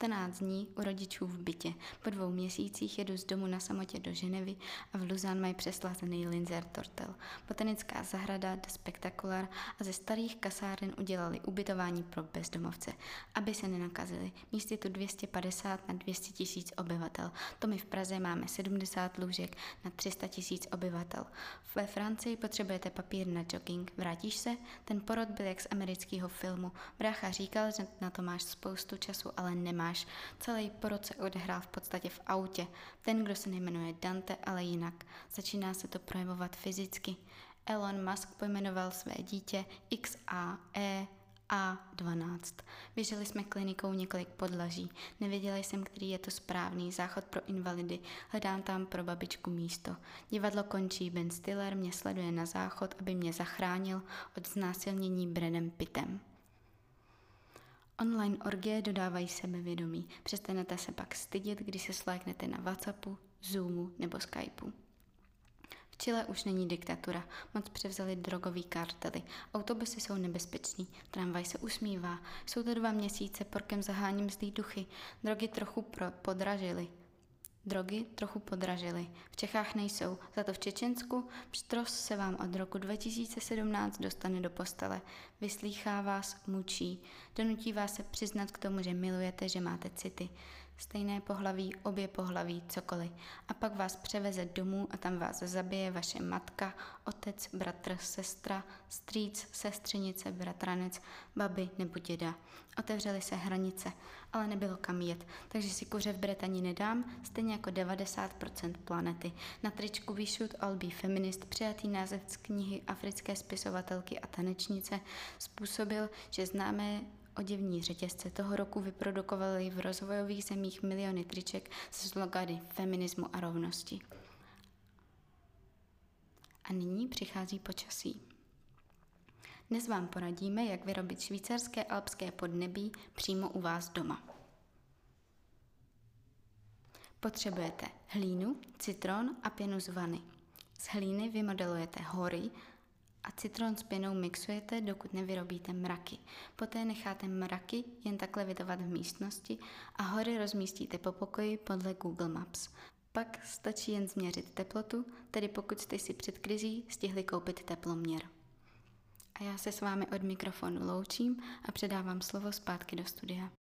14 dní u rodičů v bytě. Po 2 měsících jedu z domu na samotě do Ženevy a v Lausanne mají přeslazený Linzer Tortel. Botanická zahrada, de Spectacular a ze starých kasáren udělali ubytování pro bezdomovce, aby se nenakazili. Míst je tu 250 na 200 tisíc obyvatel. To my v Praze máme 70 lůžek na 300 tisíc obyvatel. Ve Francii potřebujete papír na jogging. Vrátíš se? Ten porod byl jak z amerického filmu. Brácha říkal, že na to máš spoustu času, ale nemáš. Celý porod se odehrál v podstatě v autě. Ten, kdo se nejmenuje Dante, ale jinak. Začíná se to projevovat fyzicky. Elon Musk pojmenoval své dítě XAE A12. Běželi jsme klinikou několik podlaží. Nevěděla jsem, který je to správný záchod pro invalidy. Hledám tam pro babičku místo. Divadlo končí. Ben Stiller mě sleduje na záchod, aby mě zachránil od znásilnění Bradem Pittem. Online orgie dodávají sebevědomí. Přestanete se pak stydět, když se sléknete na WhatsAppu, Zoomu nebo Skypeu. V Chile už není diktatura, moc převzali drogový kartely. Autobusy jsou nebezpečný, tramvaj se usmívá. Jsou to 2 měsíce, porkem zaháním zlý duchy. Drogy trochu podražily. V Čechách nejsou, za to v Čečensku pštros se vám od roku 2017 dostane do postele. Vyslýchá vás, mučí. Donutí vás se přiznat k tomu, že milujete, že máte city. Stejné pohlaví, obě pohlaví, cokoliv. A pak vás převeze domů a tam vás zabije vaše matka, otec, bratr, sestra, strýc, sestřenice, bratranec, babi nebo děda. Otevřely se hranice, ale nebylo kam jet, takže si kuře v Bretani nedám, stejně jako 90% planety. Na tričku We Should All Be Feminist, přijatý název z knihy africké spisovatelky a tanečnice, způsobil, že známé oděvní řetězce toho roku vyprodukovaly v rozvojových zemích miliony triček se slogany feminismu a rovnosti. A nyní přichází počasí. Dnes vám poradíme, jak vyrobit švýcarské alpské podnebí přímo u vás doma. Potřebujete hlínu, citron a pěnu z vany. Z hlíny vymodelujete hory a citron s pěnou mixujete, dokud nevyrobíte mraky. Poté necháte mraky jen tak levitovat v místnosti a hory rozmístíte po pokoji podle Google Maps. Pak stačí jen změřit teplotu, tedy pokud jste si před krizí stihli koupit teploměr. A já se s vámi od mikrofonu loučím a předávám slovo zpátky do studia.